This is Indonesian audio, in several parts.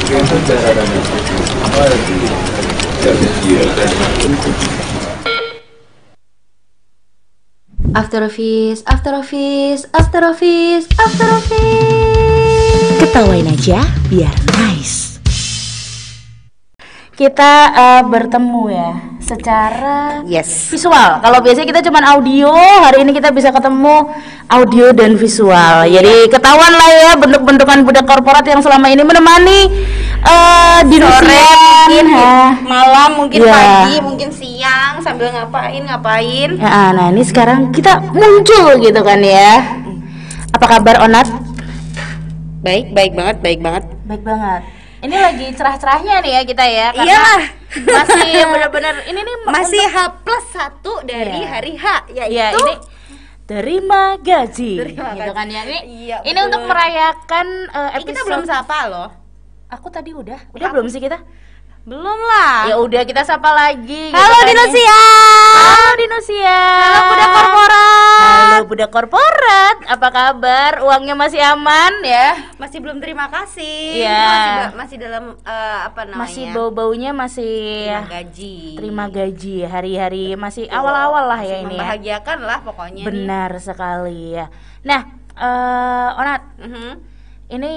After office, after office, after office, after office. Ketawain aja biar nice. Kita bertemu ya secara Yes. visual. Kalau biasanya kita cuma audio, hari ini kita bisa ketemu audio dan visual. Jadi ketahuan lah ya bentuk-bentukan budak korporat yang selama ini menemani di sore mungkin malam, mungkin ya. pagi, mungkin siang sambil ngapain. Ya, nah ini sekarang kita muncul gitu kan ya. Apa kabar Onat? Baik banget. Baik banget. Ini lagi cerah-cerahnya nih ya kita ya, karena Iya. masih benar-benar ini nih Masih H+1 dari hari H, yaitu ya ini terima gaji. Terima Gitu gaji. kan ya. Iya, Ini betul. untuk merayakan episode. kita belum sapa loh. Aku tadi udah belum sih kita? Belum lah. Ya udah kita sapa lagi. gitu Halo kan ya. Dinosia. Halo Dinosia. Halo budak korporat. Halo budak korporat. Apa kabar? Uangnya masih aman ya? Masih belum terima kasih. Iya. Masih dalam apa namanya? Masih bau-baunya masih terima gaji. terima gaji hari-hari masih awal-awal lah ya ini ya. Membahagiakan lah pokoknya. Benar sekali ya. Nah, Onat, ini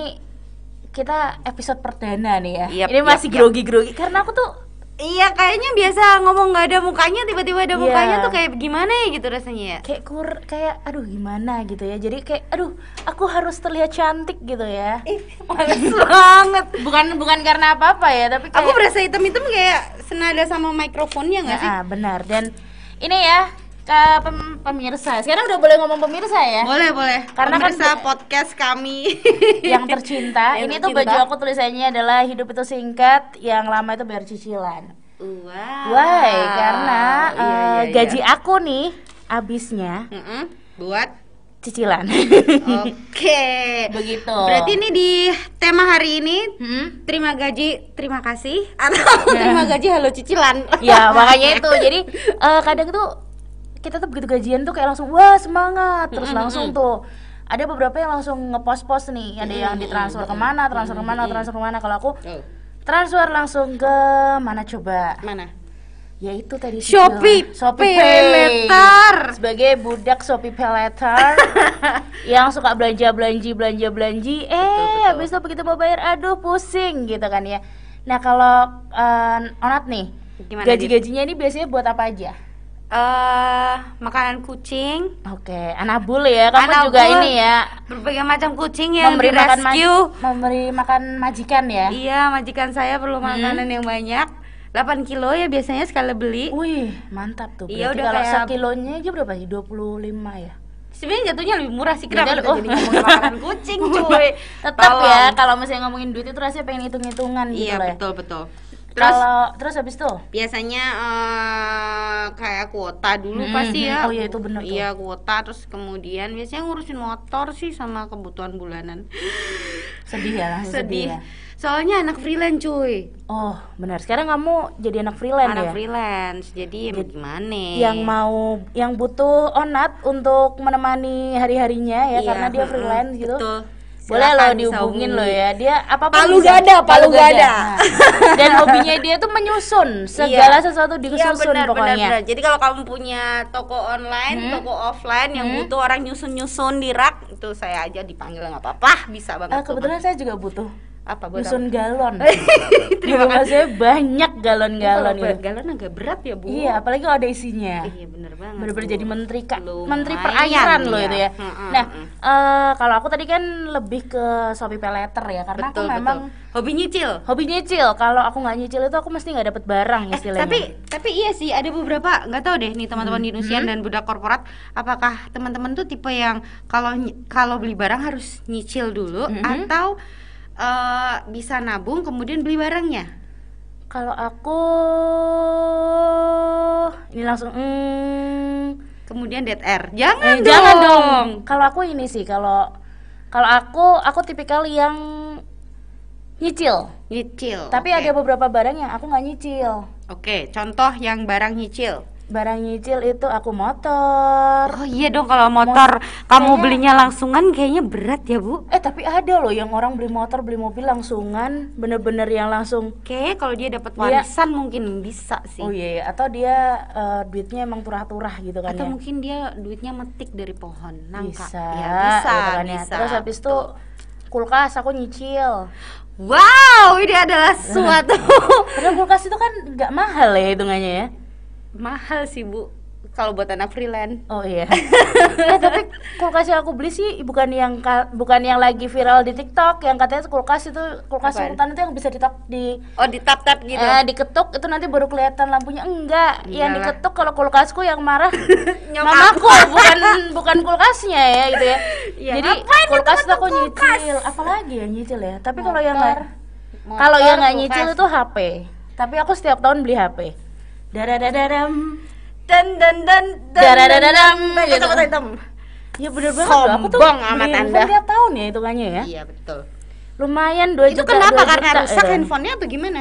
kita episode perdana nih ya. Ini masih grogi-grogi karena aku tuh Iya, kayaknya biasa ngomong nggak ada mukanya, tiba-tiba ada Iya. mukanya tuh kayak gimana ya gitu rasanya ya. kayak aduh gimana gitu ya. Jadi kayak aduh aku harus terlihat cantik gitu ya. Males banget. Bukan karena apa-apa ya, tapi kayak Aku berasa hitam-hitam kayak senada sama mikrofonnya nggak sih? benar. Dan ini ya ke pemirsa. Sekarang udah boleh ngomong pemirsa ya? Boleh. Karena kan pemirsa podcast kami yang tercinta. Yang Ini tuh tercinta. baju aku tulisannya adalah hidup itu singkat, yang lama itu bayar cicilan. Wow. Why? Karena Iya. gaji aku nih abisnya Buat cicilan. Oke. Begitu. Berarti ini di tema hari ini terima gaji, terima kasih atau terima gaji halo cicilan. Ya makanya itu. Jadi kadang tuh kita tuh begitu gajian tuh kayak langsung wah semangat, terus langsung tuh ada beberapa yang langsung ngepost-post nih, ada yang ditransfer kemana, transfer kemana. Kalau aku transfer langsung ke mana coba? Mana? Ya itu tadi Shopee Pay Later. sebagai budak Shopee Pay Later yang suka belanja habis itu begitu mau bayar aduh pusing gitu kan ya. Nah kalau Onat nih, Gimana, gaji-gajinya ini biasanya buat apa aja? Makanan kucing, Oke, anabul ya, kamu Anabul. juga ini ya berbagai macam kucing yang memberi makan rescue. memberi makan majikan ya. Iya, majikan saya perlu makanan yang banyak. 8 kilo ya biasanya sekali beli. Wih, mantap tuh. Iya, Berarti udah kalau kayak- sekilonya aja berapa sih? 25 ya? Sebenarnya jatuhnya lebih murah sih, Beda kenapa kita loh. jadi ngomongin makanan kucing, cuy. Tetap Tolong. ya, kalau misalnya ngomongin duit itu rasanya pengen hitung-hitungan gitu Iya, lah ya. betul. Terus Terus habis itu biasanya kayak kuota dulu pasti ya. Oh iya, itu bener tuh. Iya, kuota, terus kemudian biasanya ngurusin motor sih sama kebutuhan bulanan. sedih ya, langsung sedih ya. Soalnya anak freelance, cuy. Oh, benar. Sekarang kamu jadi anak freelance Anak ya? freelance. Jadi ya gimana? Yang butuh Onat untuk menemani hari-harinya ya, Iya, karena dia freelance gitu. Betul. Boleh Silakan loh bisa dihubungin hubungi. loh ya. Dia apa Palu gada. Nah, dan hobinya dia tuh menyusun segala sesuatu disusun benar, pokoknya. benar. Jadi kalau kamu punya toko online, toko offline yang butuh orang nyusun di rak, itu saya aja dipanggil nggak apa-apa, bisa banget. Kebetulan saya juga butuh apa buat nyusun apa? galon. Di rumah saya banyak galon-galon Kalau gitu. galon agak berat ya, Bu. Iya, apalagi kalau ada isinya. Iya, bener banget. Bener-bener Bu. jadi menteri Lumayan menteri perairan loh ya. itu ya. Nah, kalau aku tadi kan lebih ke Shopee Pay Later ya, karena Betul, aku memang hobi nyicil. hobi nyicil. Kalau aku nggak nyicil itu aku mesti nggak dapet barang istilahnya. Tapi iya sih, ada beberapa, nggak tahu deh nih teman-teman di Nusian dan budak korporat, apakah teman-teman tuh tipe yang kalau beli barang harus nyicil dulu atau bisa nabung kemudian beli barangnya? Kalau aku ini langsung Kemudian dead air. Jangan jangan dong. Kalau aku ini sih kalau aku tipikal yang nyicil. Nyicil. Tapi oke. ada beberapa barang yang aku nggak nyicil. Oke, contoh yang barang nyicil. barang nyicil itu aku motor. Oh iya dong, kalau motor kamu kayaknya- belinya langsungan kayaknya berat ya Bu. Tapi ada loh yang orang beli motor, beli mobil langsungan, bener-bener yang langsung. Kayaknya kalau dia dapat Dia- warisan mungkin bisa sih. Oh iya, atau dia duitnya emang turah-turah gitu kan Atau ya. mungkin dia duitnya metik dari pohon nangka. Bisa, Ya, bisa, gitu kan ya. bisa. Terus habis itu kulkas aku nyicil. Wow, ini adalah suatu Padahal kulkas itu kan nggak mahal ya hitungannya ya. mahal sih Bu. Kalau buat anak freelance. Oh iya. Tapi kulkas yang aku beli sih bukan yang lagi viral di TikTok, yang katanya kulkas itu kulkas Apaan? sultan itu yang bisa Oh, di tap-tap gitu. diketuk itu nanti baru kelihatan lampunya. Enggak, yang Iyalah. diketuk kalau kulkasku yang marah Nyokap. mamaku, bukan kulkasnya ya gitu ya. Iya, Jadi ngapain kulkas itu diketuk aku kulkas? nyicil. Apalagi ya nyicil ya. Tapi kalau Motor. yang nggak Motor, kalau yang nggak kulkas. nyicil itu HP. Tapi aku setiap tahun beli HP. Dadadadadam. Dan Dadadadadam, gitu. Kata-kata hitam. Ya bener banget loh, aku tuh Sombong amat beli handphone Anda. tiap tahun ya hitungannya ya. Iya betul. Lumayan 2 Itu juta. kenapa? 2 Karena juta, rusak ya kan? handphonenya atau gimana?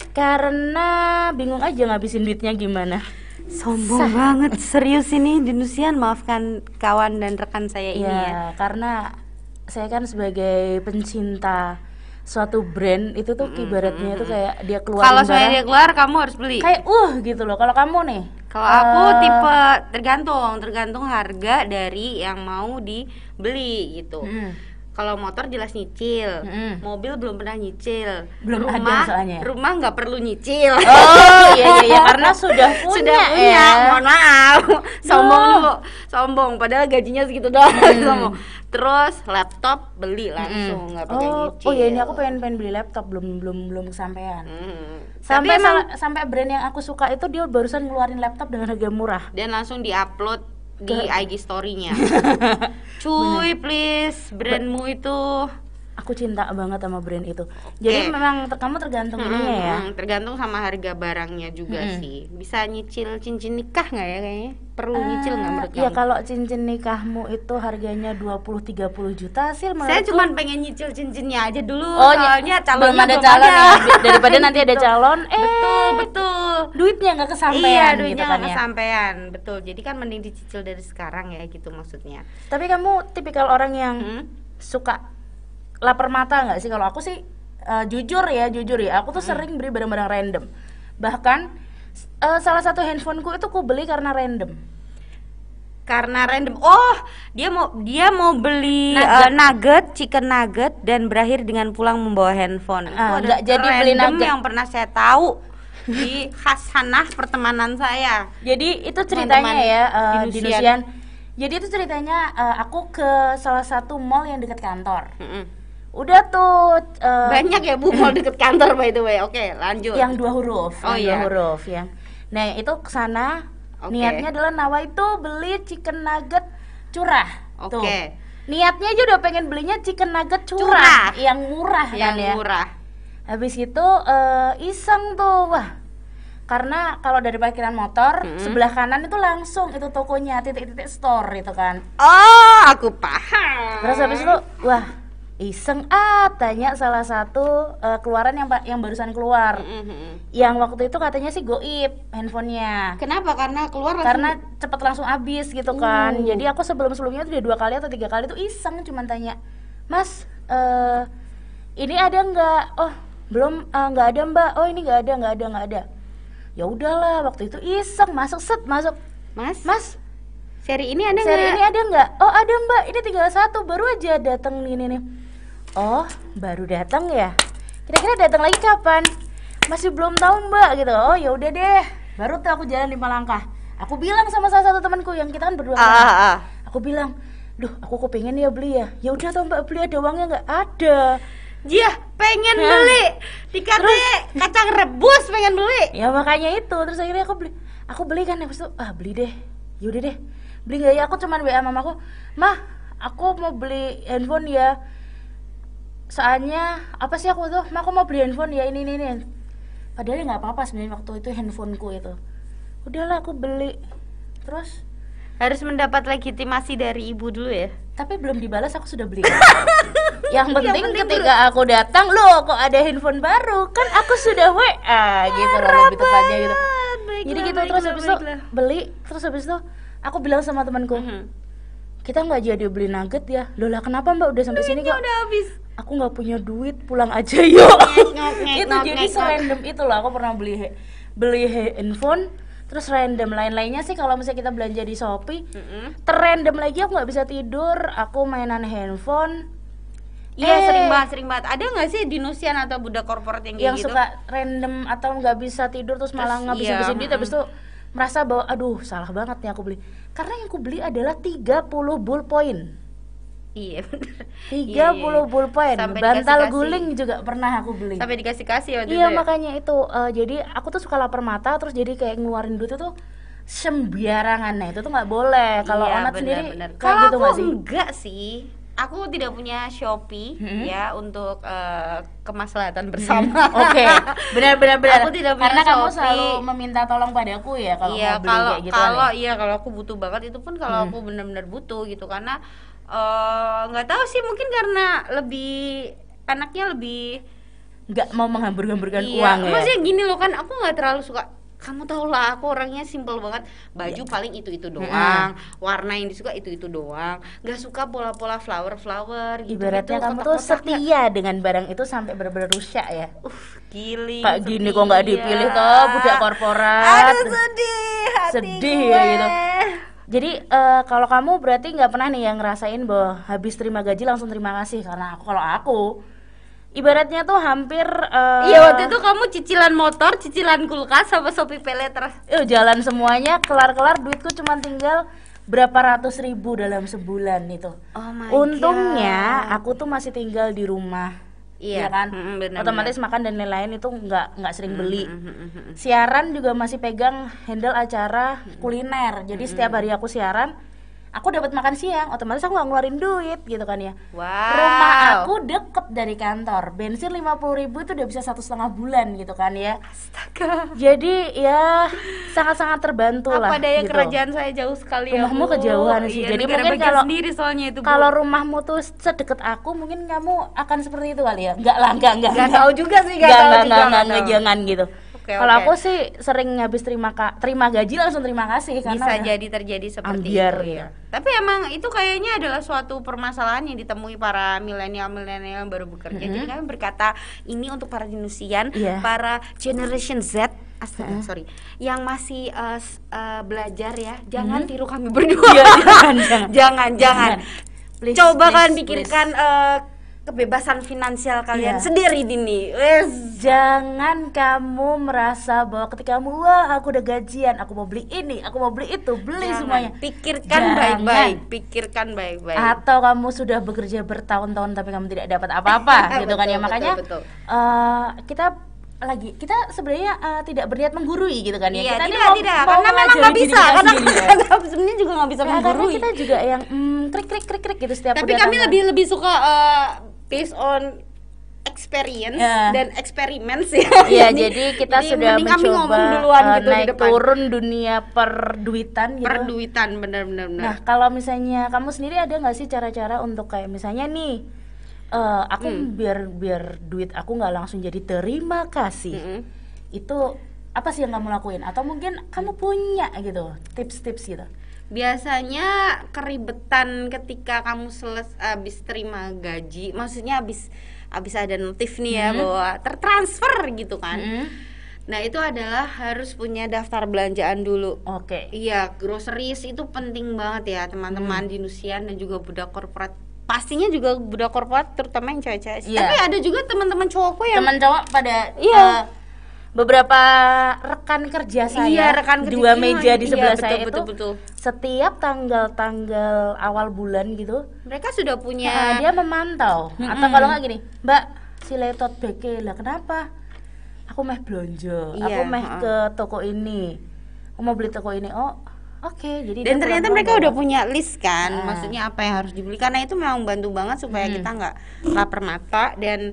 Karena bingung aja ngabisin duitnya gimana. Sombong banget, serius ini Dinusian, maafkan kawan dan rekan saya ini ya. Ya, karena saya kan sebagai pencinta suatu brand itu tuh ibaratnya itu kayak dia keluar Kalau saya dia keluar, kamu harus beli. kayak gitu loh. Kalau kamu nih, Kalau aku tipe tergantung harga dari yang mau dibeli gitu. Kalau motor jelas nyicil, mobil belum pernah nyicil. Belum ada soalnya. Rumah nggak perlu nyicil. oh iya karena sudah punya, Sudah punya, ya. mohon maaf. Sombong dulu, sombong. Padahal gajinya segitu doang. Sombong. Terus laptop beli langsung, nggak pakai nyicil. Oh iya, ini aku pengen beli laptop, belum kesampaian. Tapi Sampai brand yang aku suka itu dia barusan ngeluarin laptop dengan harga murah. dan langsung diupload di IG story-nya. Cuy, please, brandmu itu Aku cinta banget sama brand itu. Jadi memang kamu tergantung ininya ya. tergantung sama harga barangnya juga sih. Bisa nyicil cincin nikah nggak ya kayaknya? Perlu nyicil nggak menurut Ya kamu? kalau cincin nikahmu itu harganya 20-30 juta sih Saya cuma pengen nyicil cincinnya aja dulu. Oh, soalnya calonnya belum ada belum calon ada. ya. Daripada nanti ada calon Betul. duitnya nggak kesampaian Iya, gitu duitnya kan nggak ya. kesampean. Betul. Jadi kan mending dicicil dari sekarang ya gitu maksudnya. Tapi kamu tipikal orang yang suka lapar mata nggak sih? Kalau aku sih jujur ya, aku tuh sering beli barang-barang random. Bahkan salah satu handphoneku itu ku beli karena random. Karena random. Oh, dia mau beli nugget, chicken nugget dan berakhir dengan pulang membawa handphone. Itu ada nggak jadi beli random nugget. yang pernah saya tahu di khasanah pertemanan saya. Jadi itu ceritanya Teman-teman ya Dinusian. Dinusian. Jadi itu ceritanya aku ke salah satu mall yang dekat kantor. Udah tuh Banyak ya Bu mall deket kantor by the way. Oke, lanjut. yang 2 huruf, Oh, yang iya. 2 huruf ya. Nah, itu kesana Oke. niatnya adalah Nawa itu beli chicken nugget curah. Tuh. Oke. Niatnya aja udah pengen belinya chicken nugget Curah. curah, yang murah Yang kan ya. murah. Habis itu iseng tuh, wah. Karena kalau dari parkiran motor sebelah kanan itu langsung itu tokonya titik-titik store itu kan. Oh, aku paham. Terus habis itu wah, iseng tanya salah satu keluaran yang barusan keluar. Yang waktu itu katanya sih goib handphonenya. Kenapa? Karena keluar langsung. Karena cepet langsung habis gitu kan. Jadi aku sebelumnya tuh udah 2 kali atau 3 kali tuh iseng cuman tanya, "Mas, ini ada nggak?" "Oh, belum, nggak ada Mbak." "Oh, ini nggak ada." Ya udahlah, waktu itu iseng masuk. Mas, seri ini ada Seri nggak? ini ada nggak? "Oh, ada Mbak, ini tinggal 1, baru aja datang nih. "Oh, baru datang ya? Kira-kira datang lagi kapan?" "Masih belum tahu Mbak," gitu. "Oh, ya udah deh." Baru tuh aku jalan 5 langkah. Aku bilang sama salah satu temanku yang kita kan berdua. Aku bilang, "Duh, aku kepengen ya beli ya." "Ya udah toh Mbak, beli, ada uangnya nggak?" "Ada." Dia pengen beli. Dikata kacang rebus pengen beli. Ya makanya itu, terus akhirnya aku beli kan, habis itu beli deh. Yaudah deh, beli nggak ya? Aku cuman WA mamaku, "Mah, aku mau beli handphone ya. Soalnya apa sih aku tuh, "Mah, aku mau beli handphone ya ini." Padahal nggak apa-apa sebenarnya waktu itu handphoneku itu. Udahlah aku beli. Terus Harus mendapat legitimasi dari ibu dulu ya. tapi belum dibalas, aku sudah beli. Yang penting ketika aku datang, loh kok ada handphone baru, kan aku sudah WA gitu loh, lebih tepatnya gitu. Jadi gitu terus habis itu beli, terus habis itu aku bilang sama temanku, kita nggak jadi beli nugget ya. Loh lah kenapa Mbak, udah sampai sini kok? Udah habis. Aku nggak punya duit, pulang aja yuk. Itu jadi ngek. serandom itu loh. Aku pernah beli handphone, terus random lain-lainnya sih kalau misalnya kita belanja di Shopee, terrandom lagi aku nggak bisa tidur, aku mainan handphone. Iya sering banget. Ada nggak sih di Nusian atau budak korporat yang kayak gitu? Suka random atau nggak bisa tidur terus malah ngabisin duit, habis itu merasa bahwa aduh salah banget nih aku beli. Karena yang aku beli adalah 30 ballpoint. Iya bener. 30 ballpoint. Sampai Bantal dikasih-kasih. guling juga pernah aku beli. Sampai dikasih waktu Iya itu ya? makanya itu jadi aku tuh suka lapar mata, terus jadi kayak ngeluarin duit itu sembarangan. Nah itu tuh nggak boleh. Kalau Iya, Onat sendiri bener. kayak Kalau gitu aku nggak sih? enggak sih. Aku tidak punya Shopee ya untuk kemaslahatan bersama. Oke, benar. Aku tidak punya Karena kamu Shopee. selalu meminta tolong padaku ya kalau Iya, mau beli kayak gitu. kalau aku butuh banget itu pun kalau aku benar-benar butuh gitu, karena nggak tahu sih, mungkin karena anaknya lebih Nggak mau menghambur-hamburkan iya, uang ya. maksudnya gini loh, kan aku nggak terlalu suka, kamu tau lah aku orangnya simple banget, baju paling itu doang, warna yang disuka itu doang, nggak suka pola-pola flower gitu. Ibaratnya kamu tuh setia dengan barang itu sampai benar-benar rusak ya. Giling Kayak gini kok nggak dipilih toh budak korporat. Aduh sedih ya gitu. Jadi kalau kamu berarti nggak pernah nih yang ngerasain bahwa habis terima gaji langsung terima kasih. Karena kalau aku ibaratnya tuh hampir iya, waktu itu kamu cicilan motor, cicilan kulkas sama Shopee Paylater. Jalan semuanya kelar-kelar, duitku cuma tinggal berapa ratus ribu dalam sebulan itu. Oh my Untungnya God. aku tuh masih tinggal di rumah. Iya, Ya kan, bener, otomatis makan dan lain-lain itu nggak sering beli. Siaran juga masih pegang handle acara kuliner. Jadi setiap hari aku siaran, aku dapat makan siang, otomatis aku nggak ngeluarin duit gitu kan ya. Wow. Rumah aku deket dari kantor, bensin 50.000 itu udah bisa 1,5 bulan gitu kan ya. Astaga. Jadi ya sangat-sangat terbantu lah. Apa daya gitu. kerajaan saya jauh sekali ya. Rumahmu kejauhan sih. Iya, Jadi negara mungkin bagian kalau sendiri soalnya itu, Bu. kalau rumahmu tuh sedekat aku, mungkin kamu akan seperti itu kali ya. Enggak lah, enggak. Nggak tahu juga sih, nggak tahu juga, nggak tahu. Jangan gitu. Oke, Kalau oke. aku sih sering habis terima gaji langsung terima kasih karena Bisa udah jadi terjadi seperti ambiar itu gitu. ya. Tapi emang itu kayaknya adalah suatu permasalahan yang ditemui para milenial yang baru bekerja. Jadi kami berkata ini untuk para dinusian, Iya. para generation Z, astaga, sorry, yang masih belajar ya, jangan tiru kami berdua. Iya, jangan. jangan. Please, Coba kalian please. pikirkan kebebasan finansial kalian Iya. sendiri dini. Wes. Jangan kamu merasa bahwa ketika kamu wah aku udah gajian, aku mau beli ini, aku mau beli itu, beli Jangan. semuanya. Pikirkan Jangan. baik-baik, pikirkan baik-baik. Atau kamu sudah bekerja bertahun-tahun tapi kamu tidak dapat apa-apa gitu kan ya. Betul, Makanya betul. kita sebenarnya tidak berniat menggurui gitu kan ya. Iya, Kita ini tidak, mau karena memang mengajari nggak diri bisa, kita karena sendiri ya. sebenarnya juga nggak bisa Ya, karena menggurui. kita juga yang krik gitu setiap Tapi udah kami tanggal. lebih suka based on experience Ya. dan eksperimen sih. Iya, jadi kita sudah mending kami ngomong mencoba duluan gitu di naik depan. turun dunia perduitan gitu. Perduitan, benar-benar. Nah, kalau misalnya kamu sendiri ada nggak sih cara-cara untuk kayak misalnya nih, aku biar duit aku nggak langsung jadi terima kasih. Itu apa sih yang kamu lakuin? Atau mungkin kamu punya gitu tips-tips gitu? Biasanya keribetan ketika kamu habis terima gaji, maksudnya habis ada notif nih ya bahwa tertransfer gitu kan. Nah, itu adalah harus punya daftar belanjaan dulu. Oke. Iya, groceries itu penting banget ya teman-teman di Nusian dan juga budak korporat. Pastinya juga budak korporat, terutama yang cewek-cewek. Iya. Tapi ada juga teman-teman cowokku yang Teman cowok pada Iya. beberapa rekan kerja saya, Iya, rekan kerja dua kita. meja di Iya, sebelah betul, saya betul, itu betul. setiap tanggal awal bulan gitu, mereka sudah punya dia memantau. Atau kalau nggak gini, Mbak, si letot beke lah kenapa? Aku meh belanja, Iya, aku meh ke toko ini, aku mau beli toko ini. Oh, oke. Jadi dan dia ternyata pelan-pelan mereka bawa. udah punya list kan, maksudnya apa yang harus dibeli, karena itu memang bantu banget supaya kita nggak lapar mata dan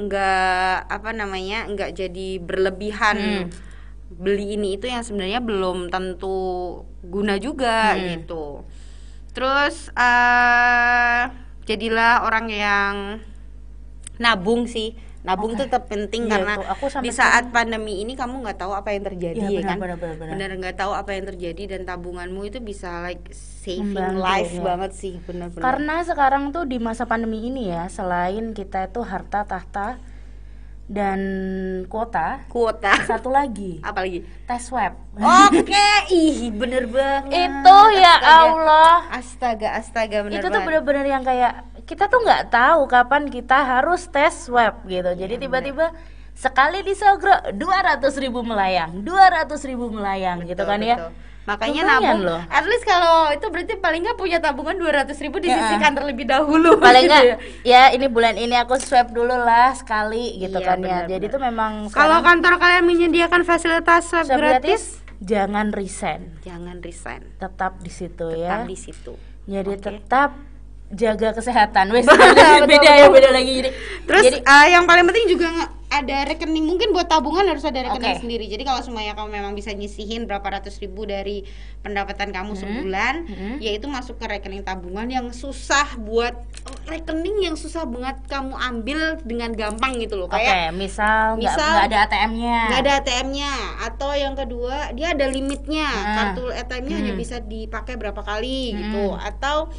nggak jadi berlebihan beli ini itu yang sebenarnya belum tentu guna juga gitu. Terus jadilah orang yang nabung sih, Nabung tuh tetap penting Iya, karena itu. Aku sampai di saat pandemi ini kamu nggak tahu apa yang terjadi Iya, ya kan. benar. Bener nggak tahu apa yang terjadi dan tabunganmu itu bisa like saving Membantu, life ya. banget sih, bener-bener. Karena sekarang tuh di masa pandemi ini ya, selain kita itu harta tahta dan kuota, satu lagi apalagi tes swab. oke, ih bener banget Itu ya Allah. astaga bener Itu tuh banget. bener-bener yang kayak kita tuh nggak tahu kapan kita harus tes swab gitu. Jadi tiba-tiba sekali disogro 200.000 melayang, 200.000 melayang gitu kan ya. Betul. Makanya Lumayan nabung loh. at least kalau itu berarti paling nggak punya tabungan 200.000 disisihkan terlebih dahulu Paling gitu nggak ya. ya ini bulan ini aku swab dulu lah sekali gitu Iya, kan ya. benar-benar. Jadi itu memang Kalau sekarang kantor kalian menyediakan fasilitas swab swab gratis, jangan resign, jangan resign, tetap di situ tetap ya. di situ. Jadi Oke. tetap jaga kesehatan. Wes Betul, beda ya, betul. beda lagi jadi. Terus jadi yang paling penting juga ada rekening, mungkin buat tabungan harus ada rekening Oke. sendiri. Jadi kalau semuanya kamu memang bisa nyisihin berapa ratus ribu dari pendapatan kamu sebulan, yaitu masuk ke rekening tabungan yang susah buat rekening yang susah banget kamu ambil dengan gampang gitu loh. oke, Kayak misal nggak ada ATM-nya. nggak ada ATM-nya, atau yang kedua dia ada limitnya, kartu ATM-nya hanya bisa dipakai berapa kali gitu, atau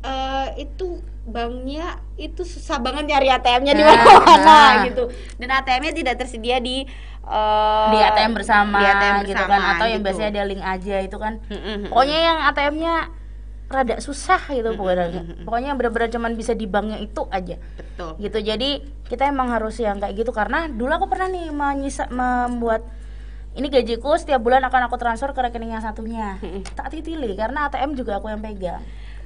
itu banknya itu susah banget nyari ATM-nya di mana-mana gitu, dan ATM-nya tidak tersedia di ATM bersama, di ATM gitu bersama, kan, atau yang gitu. biasanya ada link aja itu kan. Pokoknya yang ATM-nya rada susah gitu pokoknya yang benar-benar cuman bisa di banknya itu aja. Betul. Gitu. Jadi kita emang harus yang kayak gitu, karena dulu aku pernah nih membuat ini gajiku setiap bulan akan aku transfer ke rekening yang satunya. Tak titili karena ATM juga aku yang pegang.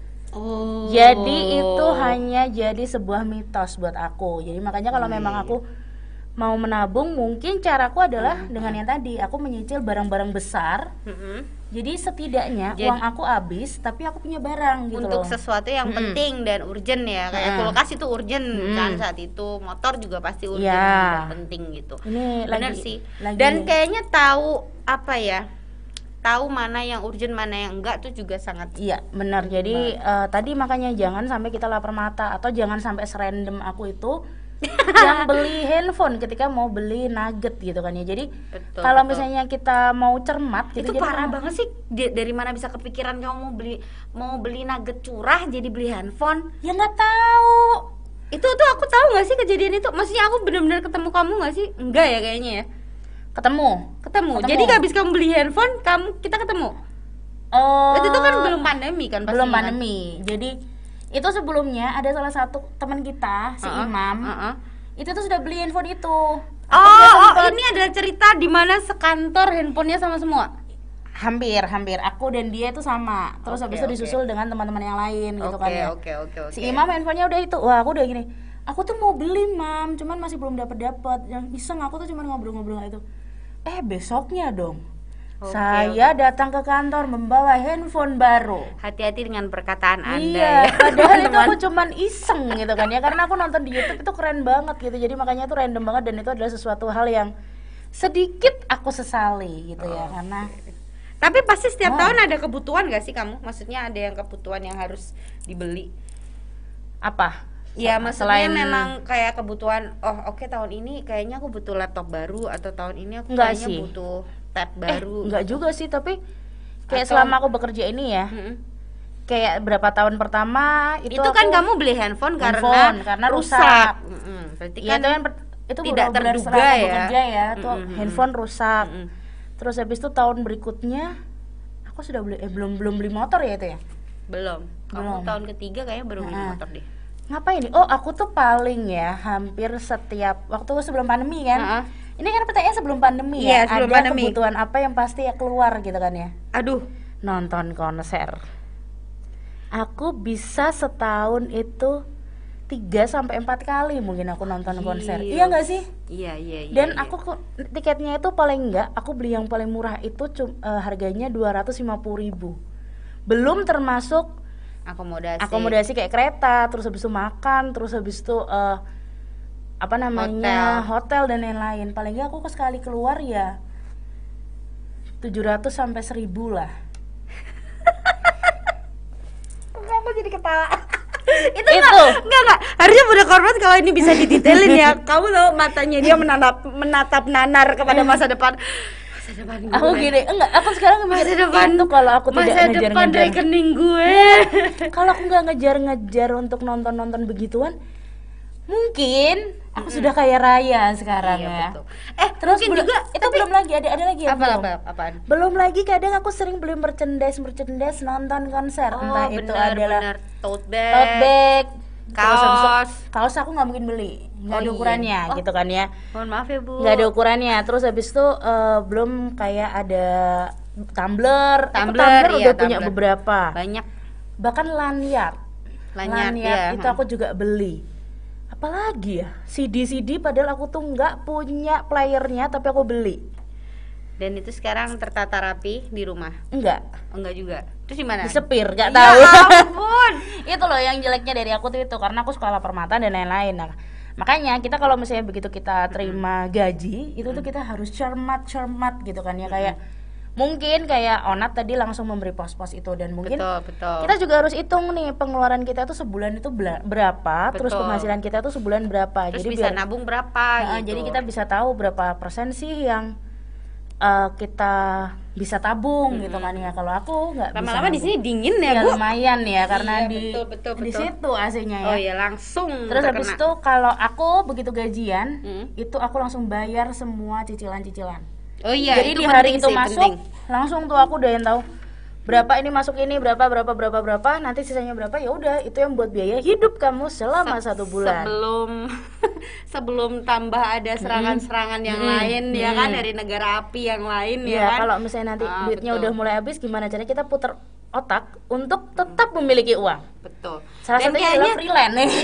Oh. Jadi itu hanya jadi sebuah mitos buat aku. Jadi makanya kalau memang aku mau menabung, mungkin caraku adalah dengan yang tadi, aku menyicil barang-barang besar. Jadi setidaknya uang aku habis, tapi aku punya barang gitu untuk loh. sesuatu yang penting dan urgent ya, kayak kulkas itu urgent kan saat itu, motor juga pasti urgent Ya. dan penting gitu. Ini Bener lagi- sih. lagi- Dan kayaknya tahu apa ya, tahu mana yang urgent mana yang enggak tuh juga sangat Iya benar. Jadi tadi makanya jangan sampai kita lapar mata, atau jangan sampai serandom aku itu yang beli handphone ketika mau beli nugget gitu kan ya. Jadi Betul, kalau betul. misalnya kita mau cermat gitu, itu jadi parah memang- banget sih. Dari mana bisa kepikiran kamu mau beli nugget curah jadi beli handphone? Ya nggak tahu. Itu tuh aku tahu nggak sih kejadian itu? Maksudnya aku benar-benar ketemu kamu nggak sih? Enggak ya kayaknya ya. Ketemu. Jadi habis kamu beli handphone, kita ketemu. Itu tuh kan belum pandemi kan belum pastinya, pandemi. Jadi itu sebelumnya ada salah satu teman kita si Imam. Itu tuh sudah beli handphone itu. Ini adalah cerita di mana sekantor handphonenya sama semua. Hampir aku dan dia itu sama. Terus Oke, habis itu oke. disusul dengan teman-teman yang lain gitu kan ya. Oke. Si Imam handphonenya udah itu. Wah, aku udah gini. Aku tuh mau beli, Mam, cuman masih belum dapat. Yang iseng aku tuh cuman ngobrol-ngobrol itu. Besoknya dong. Saya datang ke kantor membawa handphone baru. Hati-hati dengan perkataan Anda Iya, ya. padahal itu teman-teman. aku cuman iseng gitu kan ya, karena aku nonton di YouTube itu keren banget gitu. Jadi makanya itu random banget, dan itu adalah sesuatu hal yang sedikit aku sesali gitu ya, karena Tapi pasti setiap tahun ada kebutuhan gak sih kamu? Maksudnya ada yang kebutuhan yang harus dibeli? apa? Ya maksudnya Selain- memang kayak kebutuhan, oke, tahun ini kayaknya aku butuh laptop baru, atau tahun ini aku Enggak kayaknya sih. butuh tab baru. Enggak juga sih, tapi kayak Atau- selama aku bekerja ini ya, kayak berapa tahun pertama itu kan aku- kamu beli handphone karena rusak. Berarti Iya, kan itu kan itu tidak benar-benar terduga setelah aku ya. bekerja ya, tuh handphone rusak. Terus habis itu tahun berikutnya aku sudah beli belum beli motor ya itu ya. belum. Belum. Kamu tahun ketiga kayaknya baru beli motor deh. Ngapain nih? Oh, aku tuh paling ya hampir setiap waktu sebelum pandemi kan. Ini kan pertanyaan sebelum pandemi ya. Iya, sebelum Ada pandemi. kebutuhan apa yang pasti ya keluar gitu kan ya. Aduh, Nonton konser. Aku bisa setahun itu 3 sampai 4 kali mungkin aku nonton konser. Iya nggak sih? iya. Dan aku tiketnya itu paling enggak, aku beli yang paling murah itu harganya 250.000. Belum termasuk akomodasi kayak kereta, terus habis itu makan, terus habis itu apa namanya hotel dan lain-lain. Paling enggak aku sekali keluar ya 700 sampai 1.000 lah. Kenapa jadi ketawa? Itu enggak. Harusnya budak korporat kalau ini bisa didetailin ya. Kamu tahu matanya dia menatap nanar kepada masa depan. Masa depan gue. Aku gini, enggak, aku sekarang masa depan itu kalau aku tidak masa depan ngejar-ngejar. rekening gue. Kalau aku nggak ngejar-ngejar untuk nonton begituan, mungkin aku sudah kaya raya sekarang Iya, ya. betul. Terus mungkin juga itu belum lagi ada lagi ya. apaan? Belum lagi kadang aku sering beli merchandise nonton konser, entah itu adalah tote tote bag, bag, terus habis itu kaos. kaos aku nggak mungkin beli, nggak ada iya. ukurannya gitu kan ya, Mohon maaf ya, Bu. nggak ada ukurannya. Terus habis itu belum kayak ada tumbler, Tumbler, udah iya, punya tumbler. beberapa, Banyak bahkan lanyard iya. itu aku juga beli. Apalagi ya, CD padahal aku tuh nggak punya playernya tapi aku beli. Dan itu sekarang tertata rapi di rumah. Enggak, Enggak juga. Terus di mana? disepir, nggak Ya tahu. ampun. Itu loh yang jeleknya dari aku tuh itu, karena aku sekolah permata dan lain-lain. Nah, makanya kita kalau misalnya begitu kita terima gaji, itu tuh kita harus cermat gitu kan ya, kayak mungkin kayak Onat tadi langsung memberi pos-pos itu, dan mungkin Betul. kita juga harus hitung nih pengeluaran kita tuh sebulan itu berapa, terus Betul. penghasilan kita tuh sebulan berapa. Terus jadi bisa biar nabung berapa gitu. jadi kita bisa tahu berapa persen sih yang kita bisa tabung gitu kan ya. Kalau aku nggak bisa Lama-lama di nabung. sini dingin ya, Ya Bu. lumayan ya, karena Iya, betul. di situ AC-nya ya. Oh iya, langsung Terus terkena. habis itu kalau aku begitu gajian, Hmm. itu aku langsung bayar semua cicilan-cicilan. Oh iya, Jadi itu di hari penting itu sih, masuk, penting. langsung tuh aku udah yang tahu berapa ini masuk ini, berapa, nanti sisanya berapa, ya udah itu yang buat biaya hidup kamu selama 1 bulan. Sebelum tambah ada serangan-serangan yang lain ya kan, dari negara api yang lain Iya, ya kan. kalau misalnya nanti duitnya betul. udah mulai habis, gimana caranya kita putar otak untuk tetap memiliki uang. Betul. Salah Dan satunya adalah freelance nih.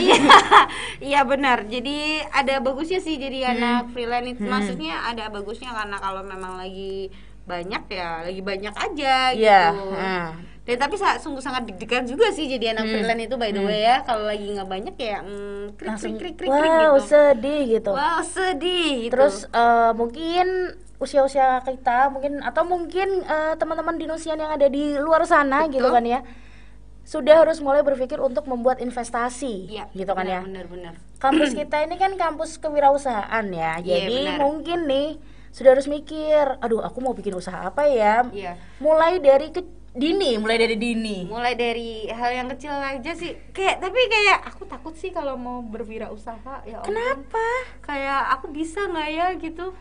Iya benar. Jadi ada bagusnya sih jadi anak freelance itu. Maksudnya ada bagusnya karena kalau memang lagi banyak ya lagi banyak aja Iya, gitu. Dan tapi sungguh sangat deg-degan juga sih jadi anak freelance itu, by the way ya. Kalau lagi nggak banyak ya krik Wow, gitu. sedih gitu. Wow, sedih gitu. Terus mungkin usia-usia kita mungkin, atau mungkin teman-teman dinusian yang ada di luar sana gitu kan ya, sudah harus mulai berpikir untuk membuat investasi, Iya, gitu kan ya. Benar. Kampus kita ini kan kampus kewirausahaan ya, Iya, jadi benar. mungkin nih sudah harus mikir, aduh aku mau bikin usaha apa ya. Iya. Mulai dari dini. Mulai dari hal yang kecil aja sih. Tapi kayak aku takut sih kalau mau berwirausaha ya. Kenapa? Kayak aku bisa nggak ya gitu.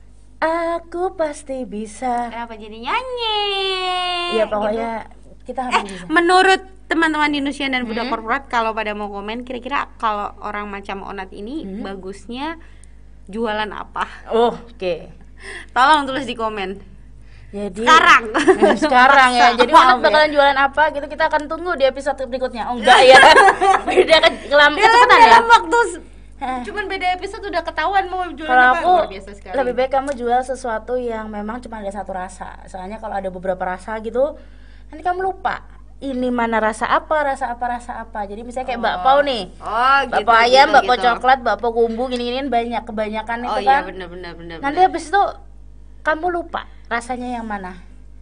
Aku pasti bisa. Kenapa jadi nyanyi? Ya pokoknya kita harus bisa. Menurut teman-teman di Nusian dan Budak Korporat, kalau pada mau komen, kira-kira kalau orang macam Onat ini bagusnya jualan apa? Oke. Tolong tulis di komen. Jadi Sekarang ya. Jadi Maaf Onat bakalan jualan apa gitu, kita akan tunggu di episode berikutnya. Oh enggak ya. Beda kan kecepatan ya. Dalam waktu cuman beda episode udah ketahuan mau jualan Kalau apa. aku Luar biasa sekali. lebih baik kamu jual sesuatu yang memang cuma ada satu rasa. Soalnya kalau ada beberapa rasa gitu, nanti kamu lupa ini mana rasa apa. Jadi misalnya kayak bakpao nih. Oh, Bakpao ayam, bakpao coklat, bakpao kumbu, gini-giniin banyak, kebanyakan itu iya, kan. benar. Nanti habis itu kamu lupa rasanya yang mana.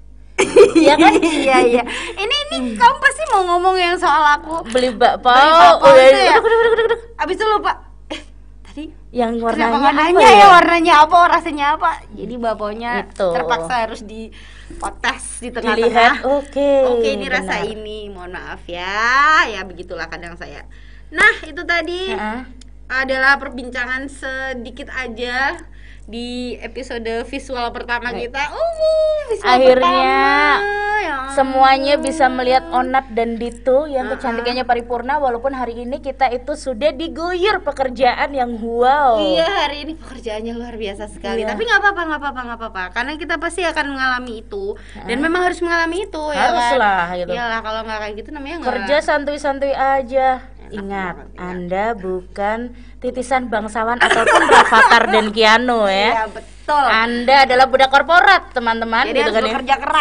Iya kan? Iya. Ini kamu pasti mau ngomong yang soal aku Beli bakpao, bakpao itu ya? duduk. abis itu lupa. Tadi Yang kenapa warnanya nggak apa nanya ya ya? warnanya apa, rasanya apa? Jadi bakpaonya Itu. terpaksa harus dipotes di Dilihat, tengah-tengah. oke. Oke, ini rasa benar. ini. Mohon maaf ya. Ya begitulah kadang saya. Nah, itu tadi Heeh. adalah perbincangan sedikit aja di episode visual pertama kita. Visual Akhirnya pertama. Ya semuanya ampun. bisa melihat Onat dan Dito yang kecantikannya paripurna, walaupun hari ini kita itu sudah diguyur pekerjaan yang wow. Iya, hari ini pekerjaannya luar biasa sekali. Iya. Tapi nggak apa-apa. Karena kita pasti akan mengalami itu dan memang harus mengalami itu ya Harus kan. lah, gitu. Iyalah, kalau nggak kayak gitu namanya nggak. Kerja santuy-santuy aja. Enak Ingat, banget, ingat. Anda bukan titisan bangsawan ataupun Rafathar dan Keanu ya. Iya, betul. Anda adalah budak korporat, teman-teman. Jadi gitu harus kan ya. bekerja keras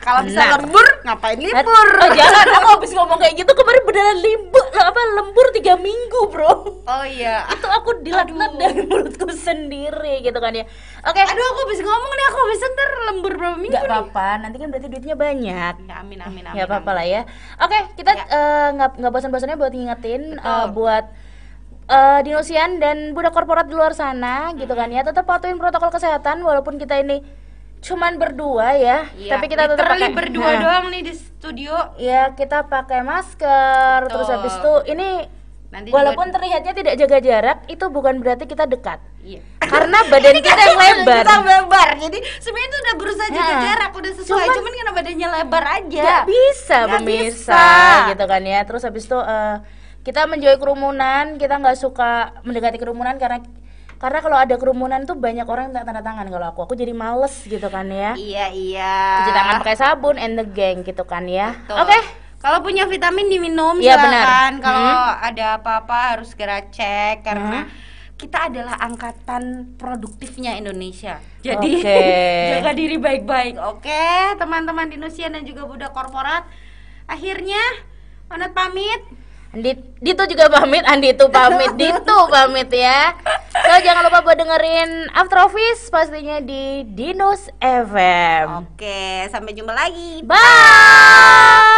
Kalau bisa Nah. lembur, ngapain libur? Oh jangan, aku habis ngomong kayak gitu kemarin beneran lembur 3 minggu bro. Oh iya. Itu aku dilaknat dari mulutku sendiri gitu kan ya. Oke. Aduh, aku habis ngomong nih, aku bisa ntar lembur berapa minggu Nggak nih? apa-apa, nanti kan berarti duitnya banyak. Ya, amin. Nggak apa-apa lah ya. Oke, kita Ya. nggak bosan-bosannya buat ngingetin Betul. buat Dinosian dan budak korporat di luar sana gitu kan ya. Tetap patuhin protokol kesehatan walaupun kita ini cuman berdua ya. Iya, Tapi kita tetap literally pakai berdua Nah, doang nih di studio. ya kita pakai masker. Betul. Terus habis itu ini Nanti walaupun juga- terlihatnya tidak jaga jarak, itu bukan berarti kita dekat. Iya. Karena badan kita yang lebar. Kita lebar. Jadi sebenarnya itu udah berusaha jaga Nah, jarak, udah sesuai. Cuman karena badannya lebar aja. Nggak bisa Nggak pemirsa bisa. gitu kan ya. Terus habis itu kita menjauhi kerumunan, kita nggak suka mendekati kerumunan karena kalau ada kerumunan tuh banyak orang yang tanda tangan. Kalau aku jadi males gitu kan ya. Iya. Cuci tangan pakai sabun and the gang gitu kan ya. Betul. Oke. Kalau punya vitamin diminum Iya, silakan. benar. Kalau ada apa-apa harus segera cek karena kita adalah angkatan produktifnya Indonesia. Jadi Oke. jaga diri baik-baik. Oke, teman-teman Dinusian dan juga budak korporat. Akhirnya Onat pamit. Dito juga pamit, Andi itu pamit, Dito pamit ya. So jangan lupa buat dengerin After Office pastinya di Dinus FM. Oke, sampai jumpa lagi. Bye.